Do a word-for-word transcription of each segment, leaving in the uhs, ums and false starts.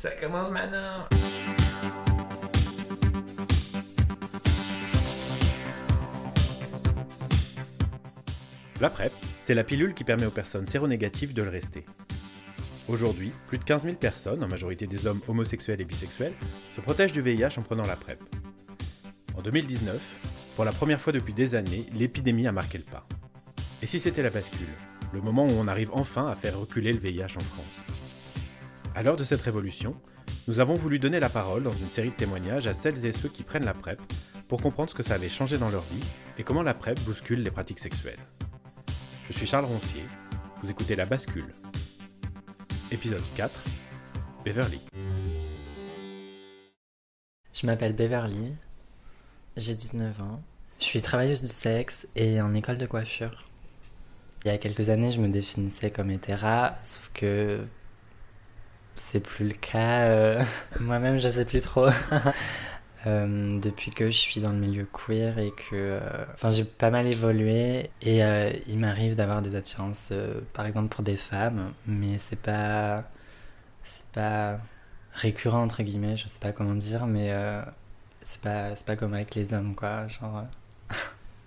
Ça commence maintenant. La PrEP, c'est la pilule qui permet aux personnes séronégatives de le rester. Aujourd'hui, plus de quinze mille personnes, en majorité des hommes homosexuels et bisexuels, se protègent du V I H en prenant la PrEP. En deux mille dix-neuf, pour la première fois depuis des années, l'épidémie a marqué le pas. Et si c'était la bascule, le moment où on arrive enfin à faire reculer le V I H en France? À l'heure de cette révolution, nous avons voulu donner la parole dans une série de témoignages à celles et ceux qui prennent la PrEP pour comprendre ce que ça avait changé dans leur vie et comment la PrEP bouscule les pratiques sexuelles. Je suis Charles Roncier, vous écoutez La Bascule. Épisode quatre, Beverly. Je m'appelle Beverly, j'ai dix-neuf ans, je suis travailleuse du sexe et en école de coiffure. Il y a quelques années, je me définissais comme hétéra, sauf que c'est plus le cas. Euh... Moi-même, je sais plus trop. Euh, depuis que je suis dans le milieu queer et que euh, enfin, j'ai pas mal évolué et euh, il m'arrive d'avoir des attirances euh, par exemple pour des femmes, mais c'est pas c'est pas récurrent entre guillemets, je sais pas comment dire, mais euh, c'est pas c'est pas comme avec les hommes quoi, genre euh...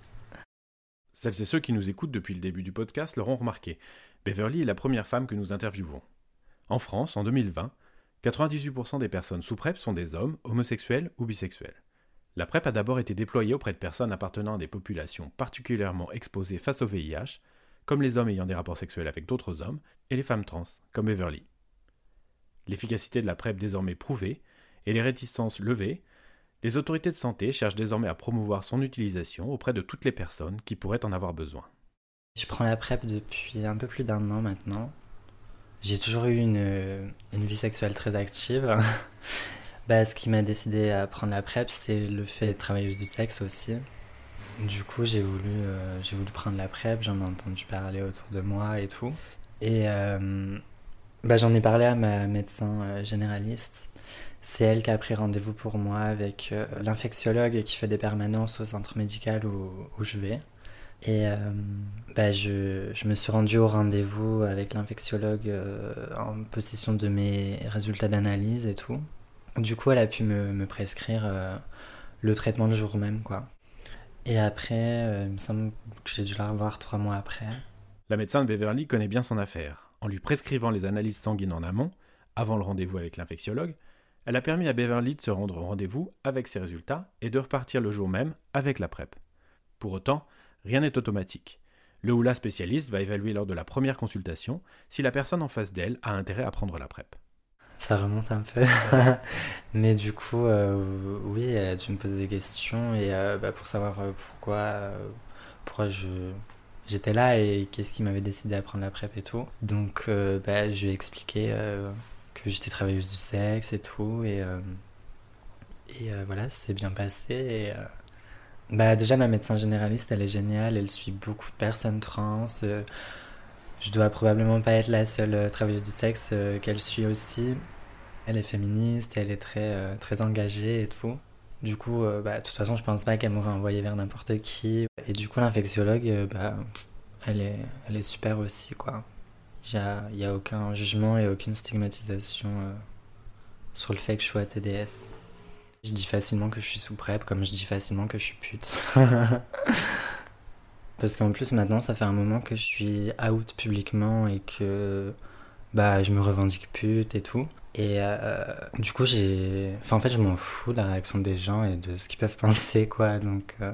Celles et ceux qui nous écoutent depuis le début du podcast l'auront remarqué. Beverly est la première femme que nous interviewons. En France, en deux mille vingt, quatre-vingt-dix-huit pour cent des personnes sous PrEP sont des hommes, homosexuels ou bisexuels. La PrEP a d'abord été déployée auprès de personnes appartenant à des populations particulièrement exposées face au V I H, comme les hommes ayant des rapports sexuels avec d'autres hommes, et les femmes trans, comme Beverly. L'efficacité de la PrEP désormais prouvée, et les réticences levées, les autorités de santé cherchent désormais à promouvoir son utilisation auprès de toutes les personnes qui pourraient en avoir besoin. Je prends la PrEP depuis un peu plus d'un an maintenant. J'ai toujours eu une, une vie sexuelle très active. Bah, ce qui m'a décidé à prendre la PrEP, c'est le fait d'être travailleuse du sexe aussi. Du coup, j'ai voulu, euh, j'ai voulu prendre la PrEP, j'en ai entendu parler autour de moi et tout. Et euh, bah, j'en ai parlé à ma médecin euh, généraliste. C'est elle qui a pris rendez-vous pour moi avec euh, l'infectiologue qui fait des permanences au centre médical où, où je vais. Et euh, bah je, je me suis rendue au rendez-vous avec l'infectiologue euh, en possession de mes résultats d'analyse et tout. Du coup, elle a pu me, me prescrire euh, le traitement le jour même, quoi. Et après, euh, il me semble que j'ai dû la revoir trois mois après. La médecin de Beverly connaît bien son affaire. En lui prescrivant les analyses sanguines en amont, avant le rendez-vous avec l'infectiologue, elle a permis à Beverly de se rendre au rendez-vous avec ses résultats et de repartir le jour même avec la PrEP. Pour autant, rien n'est automatique. Le ou la spécialiste va évaluer lors de la première consultation si la personne en face d'elle a intérêt à prendre la PrEP. Ça remonte un peu. Mais du coup, euh, oui, elle a dû me poser des questions et euh, bah, pour savoir euh, pourquoi, euh, pourquoi je, j'étais là et qu'est-ce qui m'avait décidé à prendre la PrEP et tout. Donc, euh, bah, je lui ai expliqué euh, que j'étais travailleuse du sexe et tout. Et, euh, et euh, voilà, ça s'est bien passé. Et, euh, Bah déjà ma médecin généraliste elle est géniale, elle suit beaucoup de personnes trans, euh, je dois probablement pas être la seule euh, travailleuse du sexe euh, qu'elle suit aussi. Elle est féministe, elle est très, euh, très engagée et tout. Du coup, euh, bah, de toute façon je pense pas qu'elle m'aurait envoyé vers n'importe qui. Et du coup l'infectiologue, euh, bah, elle, est, elle est super aussi quoi. Il n'y a, a aucun jugement et aucune stigmatisation euh, sur le fait que je sois T D S. Je dis facilement que je suis sous PrEP, comme je dis facilement que je suis pute. Parce qu'en plus, maintenant, ça fait un moment que je suis out publiquement et que bah, je me revendique pute et tout. Et euh, du coup, j'ai... Enfin, en fait, je m'en fous de la réaction des gens et de ce qu'ils peuvent penser, quoi. Donc... Euh...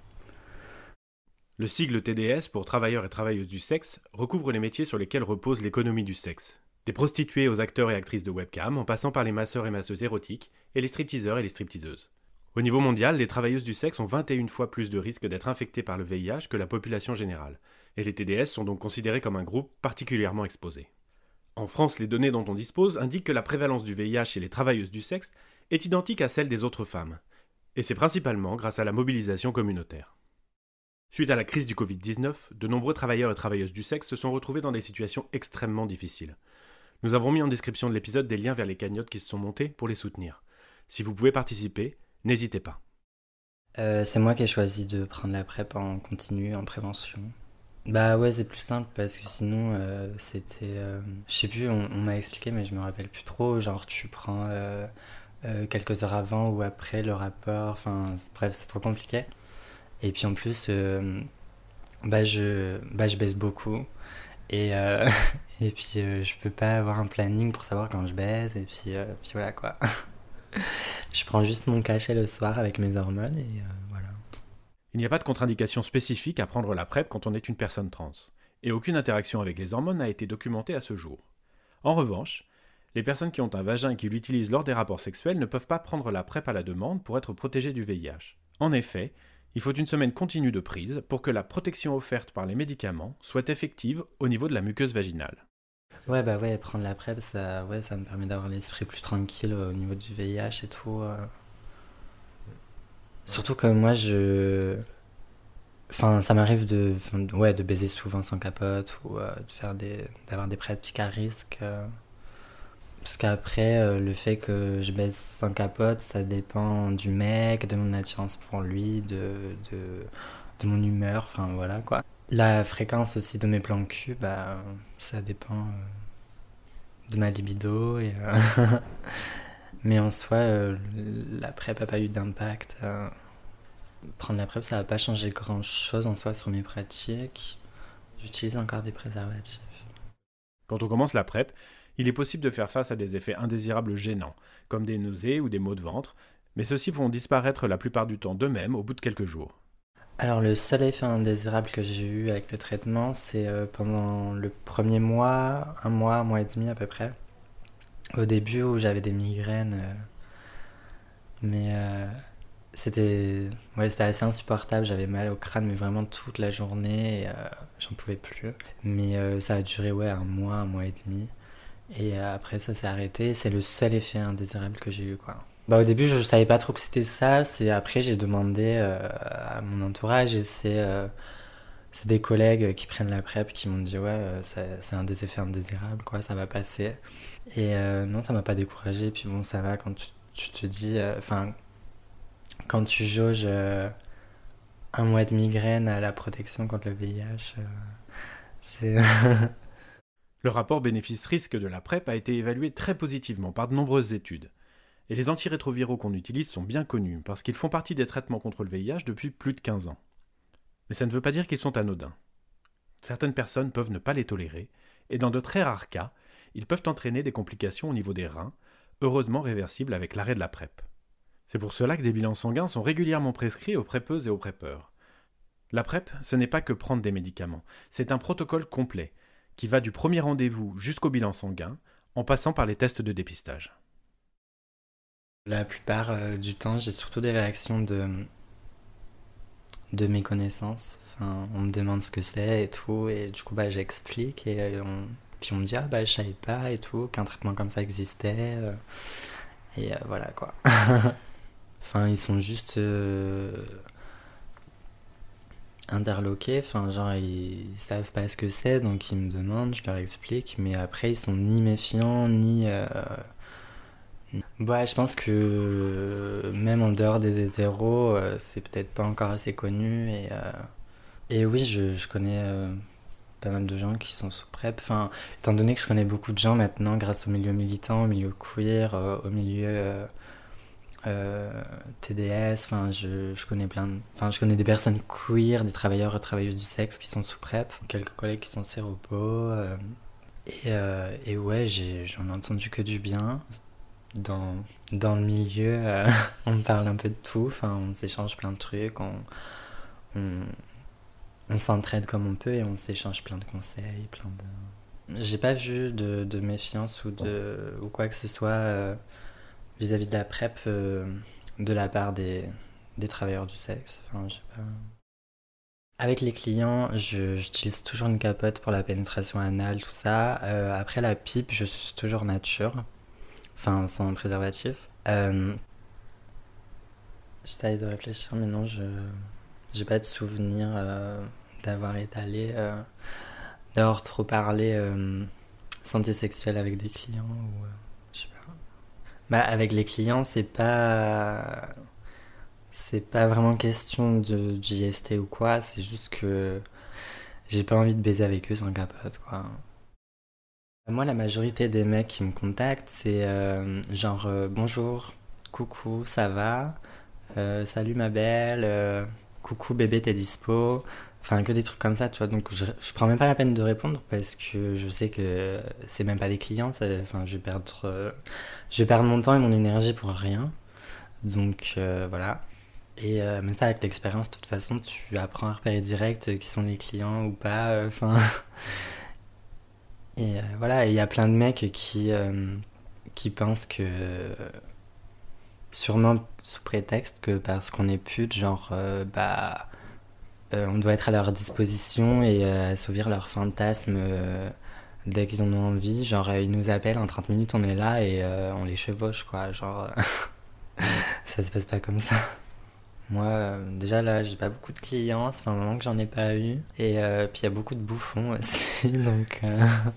Le sigle T D S, pour travailleurs et travailleuses du sexe, recouvre les métiers sur lesquels repose l'économie du sexe. Des prostituées aux acteurs et actrices de webcam, en passant par les masseurs et masseuses érotiques, et les stripteaseurs et les stripteaseuses. Au niveau mondial, les travailleuses du sexe ont vingt et une fois plus de risques d'être infectées par le V I H que la population générale, et les T D S sont donc considérés comme un groupe particulièrement exposé. En France, les données dont on dispose indiquent que la prévalence du V I H chez les travailleuses du sexe est identique à celle des autres femmes, et c'est principalement grâce à la mobilisation communautaire. Suite à la crise du covid dix-neuf, de nombreux travailleurs et travailleuses du sexe se sont retrouvés dans des situations extrêmement difficiles. Nous avons mis en description de l'épisode des liens vers les cagnottes qui se sont montées pour les soutenir. Si vous pouvez participer, n'hésitez pas. Euh, c'est moi qui ai choisi de prendre la PrEP en continu, en prévention. Bah ouais, c'est plus simple parce que sinon, euh, c'était. Euh, je sais plus, on, on m'a expliqué, mais je me rappelle plus trop. Genre, tu prends euh, euh, quelques heures avant ou après le rapport. Enfin, bref, c'est trop compliqué. Et puis en plus, euh, bah, je, bah, je baisse beaucoup. Et, euh, et puis, euh, je peux pas avoir un planning pour savoir quand je baise. Et puis, euh, puis voilà quoi. Je prends juste mon cachet le soir avec mes hormones et euh, voilà. Il n'y a pas de contre-indication spécifique à prendre la PrEP quand on est une personne trans, et aucune interaction avec les hormones n'a été documentée à ce jour. En revanche, les personnes qui ont un vagin et qui l'utilisent lors des rapports sexuels ne peuvent pas prendre la PrEP à la demande pour être protégées du V I H. En effet, il faut une semaine continue de prise pour que la protection offerte par les médicaments soit effective au niveau de la muqueuse vaginale. Ouais, bah ouais, prendre la PrEP, ça, ouais, ça me permet d'avoir l'esprit plus tranquille au niveau du V I H et tout. euh. Surtout que moi, je. Enfin, ça m'arrive de, enfin, ouais, de baiser souvent sans capote ou euh, de faire des, d'avoir des pratiques à risque. euh. Parce qu'après, euh, le fait que je baise sans capote, ça dépend du mec, de mon attirance pour lui, de, de, de mon humeur, enfin voilà quoi. La fréquence aussi de mes plans cul, bah, ça dépend euh, de ma libido. Et, euh, mais en soi, euh, la PrEP n'a pas eu d'impact. euh. Prendre la PrEP, ça va pas changer grand chose en soi sur mes pratiques. J'utilise encore des préservatifs. Quand on commence la PrEP, il est possible de faire face à des effets indésirables gênants, comme des nausées ou des maux de ventre, mais ceux-ci vont disparaître la plupart du temps d'eux-mêmes au bout de quelques jours. Alors le seul effet indésirable que j'ai eu avec le traitement, c'est euh, pendant le premier mois, un mois, un mois et demi à peu près. Au début où j'avais des migraines, euh, mais euh, c'était, ouais, c'était assez insupportable. J'avais mal au crâne, mais vraiment toute la journée, et, euh, j'en pouvais plus. Mais euh, ça a duré ouais un mois, un mois et demi. Et euh, après ça s'est arrêté. C'est le seul effet indésirable que j'ai eu quoi. Bah, au début, je savais pas trop que c'était ça. C'est après, j'ai demandé euh, à mon entourage et c'est euh, c'est des collègues qui prennent la PrEP qui m'ont dit ouais, euh, ça- c'est un des effets indésirables, quoi, ça va passer. Et euh, non, ça m'a pas découragé. Puis bon, ça va quand tu, tu te dis, enfin, quand tu jauges euh, un mois de migraine à la protection contre le V I H, euh, c'est. Le rapport bénéfice-risque de la PrEP a été évalué très positivement par de nombreuses études. Et les antirétroviraux qu'on utilise sont bien connus parce qu'ils font partie des traitements contre le V I H depuis plus de quinze ans. Mais ça ne veut pas dire qu'ils sont anodins. Certaines personnes peuvent ne pas les tolérer, et dans de très rares cas, ils peuvent entraîner des complications au niveau des reins, heureusement réversibles avec l'arrêt de la PrEP. C'est pour cela que des bilans sanguins sont régulièrement prescrits aux prépeuses et aux prépeurs. La PrEP, ce n'est pas que prendre des médicaments, c'est un protocole complet, qui va du premier rendez-vous jusqu'au bilan sanguin, en passant par les tests de dépistage. La plupart euh, du temps, j'ai surtout des réactions de, de méconnaissance. Enfin, on me demande ce que c'est et tout, et du coup, bah, j'explique, et euh, on... puis on me dit, ah bah, je savais pas et tout, qu'un traitement comme ça existait. euh, Et euh, voilà quoi. Enfin, ils sont juste euh, interloqués. Enfin, genre, ils, ils savent pas ce que c'est, donc ils me demandent, je leur explique, mais après, ils sont ni méfiants, ni. Euh... Ouais, je pense que euh, même en dehors des hétéros, euh, c'est peut-être pas encore assez connu. Et, euh, et oui, je, je connais euh, pas mal de gens qui sont sous PrEP. Enfin, étant donné que je connais beaucoup de gens maintenant grâce au milieu militant, au milieu queer, euh, au milieu. Euh, euh, T D S, enfin je, je connais plein de, enfin je connais des personnes queer, des travailleurs et travailleuses du sexe qui sont sous PrEP, quelques collègues qui sont séropos, euh, et, euh, et ouais j'ai, j'en ai entendu que du bien. Dans, dans le milieu, euh, on parle un peu de tout, enfin on s'échange plein de trucs, on, on, on s'entraide comme on peut et on s'échange plein de conseils, plein de... J'ai pas vu de, de méfiance ou, de, ou quoi que ce soit euh, vis-à-vis de la PrEP euh, de la part des, des travailleurs du sexe. Enfin, je sais pas. Avec les clients, je, j'utilise toujours une capote pour la pénétration anale, tout ça. Euh, après la pipe, je suis toujours nature, enfin sans préservatif. Euh, J'essaye de réfléchir, mais non, je j'ai pas de souvenir euh, d'avoir étalé, euh, d'avoir trop parlé euh, santé sexuelle avec des clients ou euh, je sais pas. Bah, avec les clients, c'est pas. C'est pas vraiment question de, de I S T ou quoi, c'est juste que j'ai pas envie de baiser avec eux sans capote, quoi. Moi, la majorité des mecs qui me contactent, c'est euh, genre euh, bonjour, coucou, ça va, Euh, salut ma belle, euh, coucou bébé, t'es dispo. Enfin, que des trucs comme ça, tu vois. Donc, je, je prends même pas la peine de répondre parce que je sais que c'est même pas des clients. ça- Enfin, je vais perdre, euh, je vais perdre mon temps et mon énergie pour rien. Donc, euh, voilà. Et euh, mais ça, avec l'expérience, de toute façon, tu apprends à repérer direct euh, qui sont les clients ou pas. euh, Enfin, et euh, voilà. Et il y a plein de mecs qui euh, qui pensent que sûrement sous prétexte que parce qu'on est pute, genre, euh, bah, euh, on doit être à leur disposition et euh, assouvir leurs fantasmes euh, dès qu'ils en ont envie. Genre, euh, ils nous appellent, en trente minutes, on est là et euh, on les chevauche, quoi. Genre, euh, ça se passe pas comme ça. Moi, euh, déjà là, j'ai pas beaucoup de clients, ça fait un moment que j'en ai pas eu. Et euh, puis il y a beaucoup de bouffons aussi, donc. euh,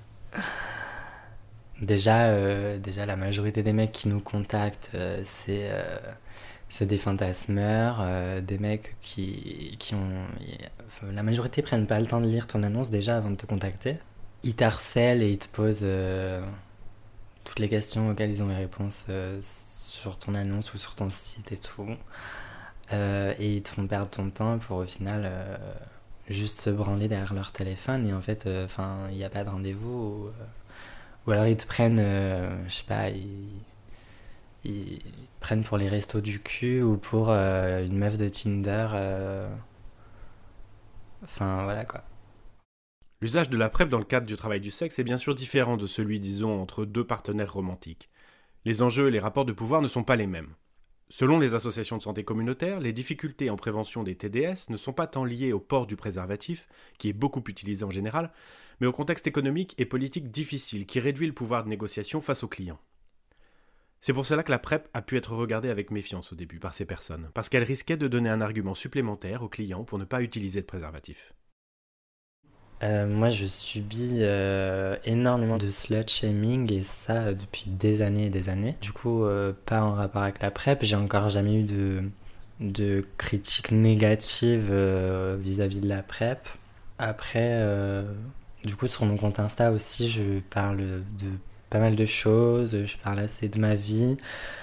Déjà, euh, déjà, la majorité des mecs qui nous contactent, euh, c'est euh, c'est des fantasmeurs, euh, des mecs qui, qui ont... Enfin, la majorité prennent pas le temps de lire ton annonce déjà avant de te contacter. Ils t'harcèlent et ils te posent euh, toutes les questions auxquelles ils ont les réponses euh, sur ton annonce ou sur ton site et tout. Euh, et ils te font perdre ton temps pour au final euh, juste se branler derrière leur téléphone. Et en fait, enfin, il n'y a pas de rendez-vous. Ou, euh, ou alors ils te prennent, euh, je sais pas, ils, ils prennent pour les restos du cul ou pour euh, une meuf de Tinder. euh, Enfin, voilà quoi. L'usage de la PrEP dans le cadre du travail du sexe est bien sûr différent de celui, disons, entre deux partenaires romantiques. Les enjeux et les rapports de pouvoir ne sont pas les mêmes. Selon les associations de santé communautaire, les difficultés en prévention des T D S ne sont pas tant liées au port du préservatif, qui est beaucoup utilisé en général, mais au contexte économique et politique difficile qui réduit le pouvoir de négociation face aux clients. C'est pour cela que la PrEP a pu être regardée avec méfiance au début par ces personnes, parce qu'elle risquait de donner un argument supplémentaire aux clients pour ne pas utiliser de préservatif. Euh, moi, je subis euh, énormément de slut shaming et ça euh, depuis des années et des années. Du coup, euh, pas en rapport avec la PrEP, j'ai encore jamais eu de, de critiques négatives euh, vis-à-vis de la PrEP. Après, euh, du coup, sur mon compte Insta aussi, je parle de pas mal de choses. Je parle assez de ma vie,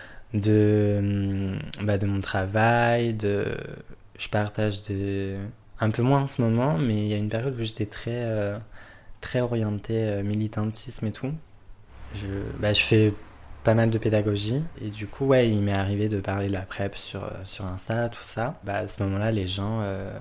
de, bah, de mon travail, de, je partage des un peu moins en ce moment, mais il y a une période où j'étais très, euh, très orientée euh, militantisme et tout. Je, bah, je fais pas mal de pédagogie et du coup, ouais, il m'est arrivé de parler de la PrEP sur, euh, sur Insta, tout ça. Bah, à ce moment-là, les gens euh,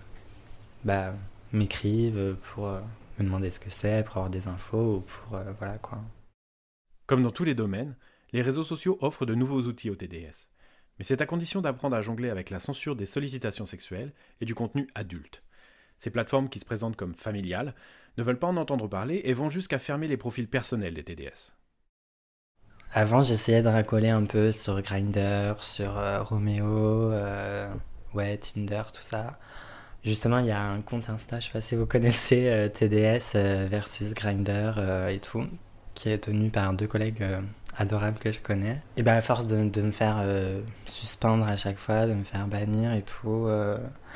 bah, m'écrivent pour euh, me demander ce que c'est, pour avoir des infos ou pour. Euh, voilà quoi. Comme dans tous les domaines, les réseaux sociaux offrent de nouveaux outils aux T D S. Mais c'est à condition d'apprendre à jongler avec la censure des sollicitations sexuelles et du contenu adulte. Ces plateformes qui se présentent comme familiales ne veulent pas en entendre parler et vont jusqu'à fermer les profils personnels des T D S. Avant, j'essayais de racoler un peu sur Grindr, sur euh, Romeo, euh, ouais, Tinder, tout ça. Justement, il y a un compte Insta, je sais pas si vous connaissez, euh, T D S euh, versus Grindr euh, et tout, qui est tenu par deux collègues euh, adorables que je connais. Et ben à force de, de me faire euh, suspendre à chaque fois, de me faire bannir et tout, euh,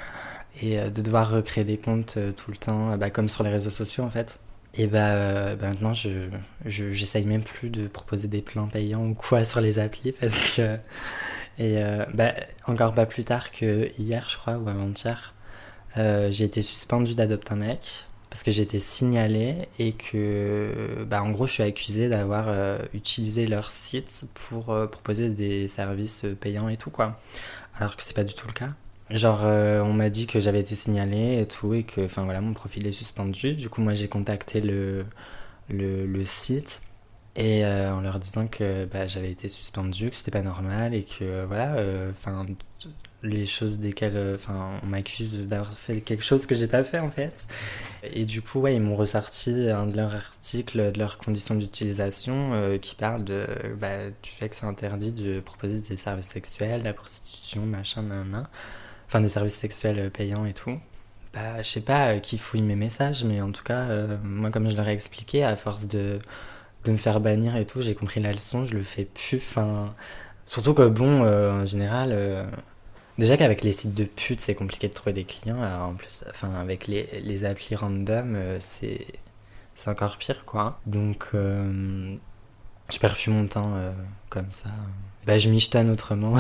et euh, de devoir recréer des comptes euh, tout le temps, euh, bah, comme sur les réseaux sociaux en fait. Et bah, euh, bah maintenant, je, je, j'essaye même plus de proposer des plans payants ou quoi sur les applis parce que. Et euh, bah, encore pas plus tard que hier, je crois, ou avant-hier. Euh, j'ai été suspendue d'Adopte un mec parce que j'ai été signalée et que, bah, en gros, je suis accusée d'avoir euh, utilisé leur site pour euh, proposer des services payants et tout, quoi. Alors que c'est pas du tout le cas. Genre, euh, on m'a dit que j'avais été signalée et tout, et que, enfin voilà, mon profil est suspendu. Du coup, moi, j'ai contacté le, le, le site et euh, en leur disant que bah, j'avais été suspendue, que c'était pas normal et que voilà, enfin. Euh, les choses desquelles enfin on m'accuse d'avoir fait quelque chose que j'ai pas fait en fait et du coup ouais ils m'ont ressorti un de leurs articles de leurs conditions d'utilisation euh, qui parle de bah, du fait que c'est interdit de proposer des services sexuels, la prostitution, machin nanana, enfin des services sexuels payants et tout. Bah je sais pas euh, qui fouille mes messages, mais en tout cas euh, moi comme je leur ai expliqué, à force de de me faire bannir et tout, j'ai compris la leçon, je le fais plus, enfin surtout que bon euh, en général euh, Déjà qu'avec les sites de putes, c'est compliqué de trouver des clients. Alors en plus, enfin, avec les, les applis random, euh, c'est, c'est encore pire, quoi. Donc, euh, je perds plus mon temps euh, comme ça. Bah, je michetonne autrement.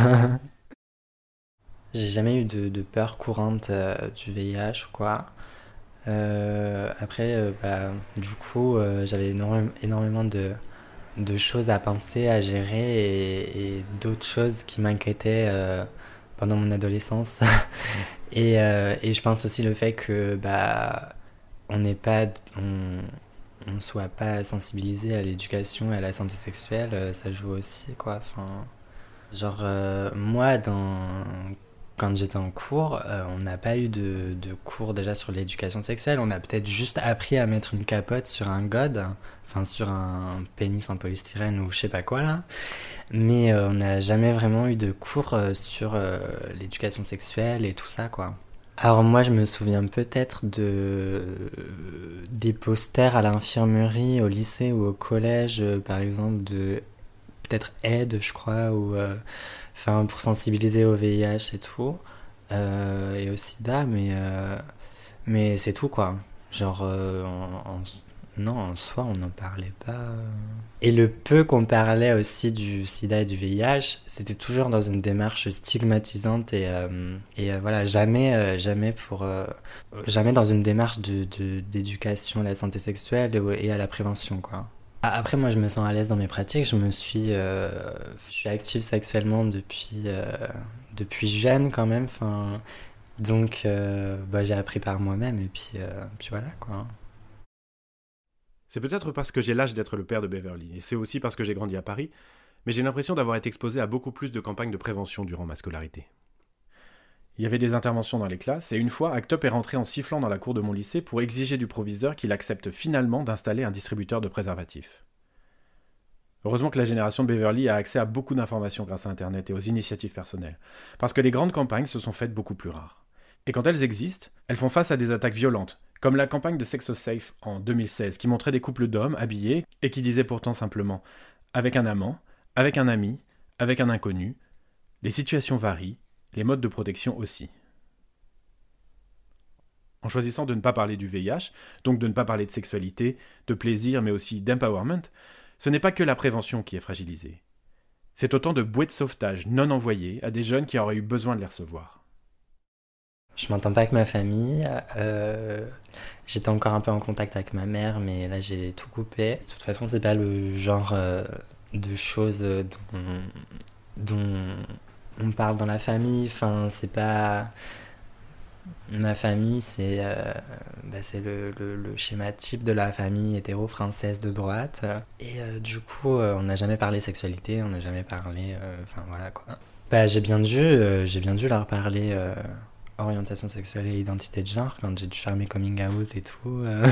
J'ai jamais eu de, de peur courante euh, du V I H ou quoi. Euh, après, euh, bah, du coup, euh, j'avais énorme, énormément de, de choses à penser, à gérer et, et d'autres choses qui m'inquiétaient euh, pendant mon adolescence. et, euh, et je pense aussi le fait que bah, on n'est pas, on, on soit pas sensibilisé à l'éducation et à la santé sexuelle, euh, ça joue aussi, quoi. Enfin, genre, euh, moi, dans quand j'étais en cours, euh, on n'a pas eu de, de cours déjà sur l'éducation sexuelle. On a peut-être juste appris à mettre une capote sur un god, enfin sur un pénis en polystyrène ou je sais pas quoi là. Mais euh, on n'a jamais vraiment eu de cours euh, sur euh, l'éducation sexuelle et tout ça, quoi. Alors moi je me souviens peut-être de des posters à l'infirmerie, au lycée ou au collège, euh, par exemple de peut-être aide, je crois, ou euh, enfin pour sensibiliser au V I H et tout, euh, et au SIDA, mais euh, mais c'est tout, quoi. Genre euh, en, en- non, en soi on n'en parlait pas. Et le peu qu'on parlait aussi du SIDA et du V I H, c'était toujours dans une démarche stigmatisante et euh, et euh, voilà, jamais euh, jamais pour euh, jamais dans une démarche de, de- d'éducation à la santé sexuelle et à la prévention, quoi. Après, moi, je me sens à l'aise dans mes pratiques. Je me suis, euh, je suis active sexuellement depuis, euh, depuis jeune quand même. Enfin, donc, euh, bah, j'ai appris par moi-même et puis, euh, puis voilà, quoi. C'est peut-être parce que j'ai l'âge d'être le père de Beverly, et c'est aussi parce que j'ai grandi à Paris, mais j'ai l'impression d'avoir été exposé à beaucoup plus de campagnes de prévention durant ma scolarité. Il y avait des interventions dans les classes, et une fois, Act Up est rentré en sifflant dans la cour de mon lycée pour exiger du proviseur qu'il accepte finalement d'installer un distributeur de préservatifs. Heureusement que la génération de Beverly a accès à beaucoup d'informations grâce à Internet et aux initiatives personnelles, parce que les grandes campagnes se sont faites beaucoup plus rares. Et quand elles existent, elles font face à des attaques violentes, comme la campagne de SexoSafe en deux mille seize qui montrait des couples d'hommes habillés et qui disaient pourtant simplement « avec un amant, avec un ami, avec un inconnu ». Les situations varient, les modes de protection aussi. En choisissant de ne pas parler du V I H, donc de ne pas parler de sexualité, de plaisir, mais aussi d'empowerment, ce n'est pas que la prévention qui est fragilisée. C'est autant de bouées de sauvetage non envoyées à des jeunes qui auraient eu besoin de les recevoir. Je m'entends pas avec ma famille. Euh, j'étais encore un peu en contact avec ma mère, mais là, j'ai tout coupé. De toute façon, c'est pas le genre euh, de choses dont, dont on parle dans la famille. Enfin, c'est pas... Ma famille, c'est euh, bah, c'est le, le, le schéma type de la famille hétéro-française de droite. Et euh, du coup, euh, on n'a jamais parlé sexualité, on n'a jamais parlé... euh, Enfin, voilà, quoi. Bah, j'ai bien dû, euh, j'ai bien dû leur parler euh, orientation sexuelle et identité de genre quand j'ai dû faire mes coming out et tout. euh.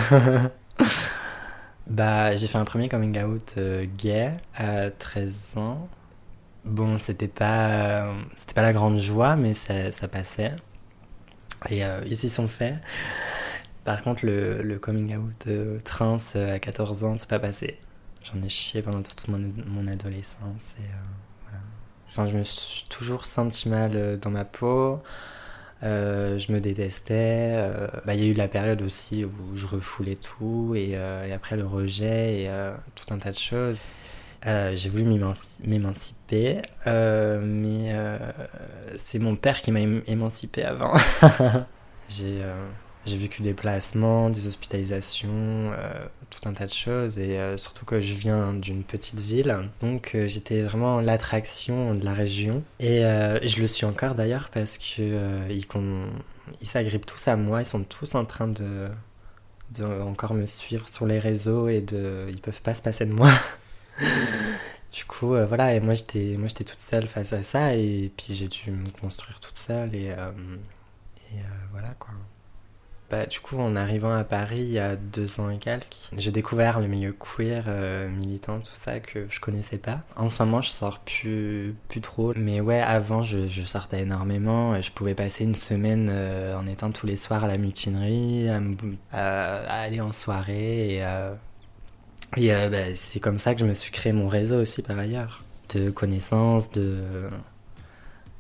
Bah, j'ai fait un premier coming out euh, gay à treize ans. Bon, c'était pas, c'était pas la grande joie, mais ça, ça passait. Et euh, ils s'y sont faits. Par contre, le, le coming out euh, trans euh, à quatorze ans, c'est pas passé. J'en ai chié pendant toute mon, mon adolescence. Et, euh, voilà. Enfin, je me suis toujours senti mal euh, dans ma peau. Euh, je me détestais. Euh, bah, y a eu la période aussi où je refoulais tout. Et, euh, et après, le rejet et euh, tout un tas de choses. Euh, j'ai voulu m'émanci- m'émanciper, euh, mais euh, c'est mon père qui m'a ém- émancipé avant. j'ai, euh, j'ai vécu des placements, des hospitalisations, euh, tout un tas de choses, et euh, surtout que je viens d'une petite ville, donc euh, j'étais vraiment l'attraction de la région. Et euh, je le suis encore d'ailleurs parce que euh, ils, con- ils s'agrippent tous à moi, ils sont tous en train de, de encore me suivre sur les réseaux et de, ils peuvent pas se passer de moi. Du coup, euh, voilà, et moi j'étais, moi j'étais toute seule face à ça, et puis j'ai dû me construire toute seule, et, euh, et euh, voilà, quoi. Bah, du coup, en arrivant à Paris il y a deux ans et quelques, j'ai découvert le milieu queer, euh, militant, tout ça, que je connaissais pas. En ce moment, je sors plus, plus trop, mais ouais, avant, je, je sortais énormément, je pouvais passer une semaine euh, en étant tous les soirs à la mutinerie, à, me bou- à- à aller en soirée, et à... Et euh, bah, c'est comme ça que je me suis créé mon réseau aussi par ailleurs, de connaissances, de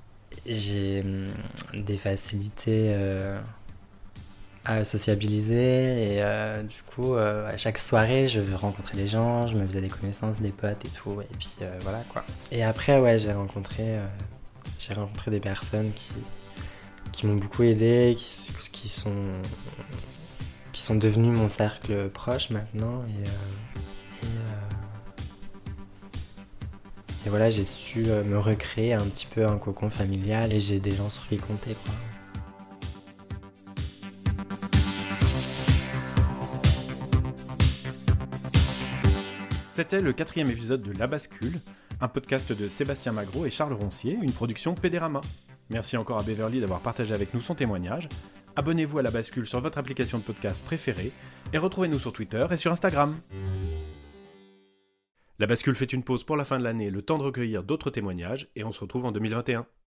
j'ai hum, des facilités euh, à sociabiliser et euh, du coup, euh, à chaque soirée, je rencontrais des gens, je me faisais des connaissances, des potes et tout. Et puis euh, voilà quoi. Et après, ouais, j'ai rencontré, euh, j'ai rencontré des personnes qui, qui m'ont beaucoup aidé, qui, qui sont qui sont devenus mon cercle proche maintenant et, euh, et, euh, et voilà, j'ai su euh, me recréer un petit peu un cocon familial et j'ai des gens sur qui compter quoi. C'était le quatrième épisode de La Bascule, un podcast de Sébastien Magro et Charles Roncier, une production Pédérama. Merci encore à Beverly d'avoir partagé avec nous son témoignage. Abonnez-vous à La Bascule sur votre application de podcast préférée et retrouvez-nous sur Twitter et sur Instagram. La Bascule fait une pause pour la fin de l'année, le temps de recueillir d'autres témoignages et on se retrouve en deux mille vingt et un.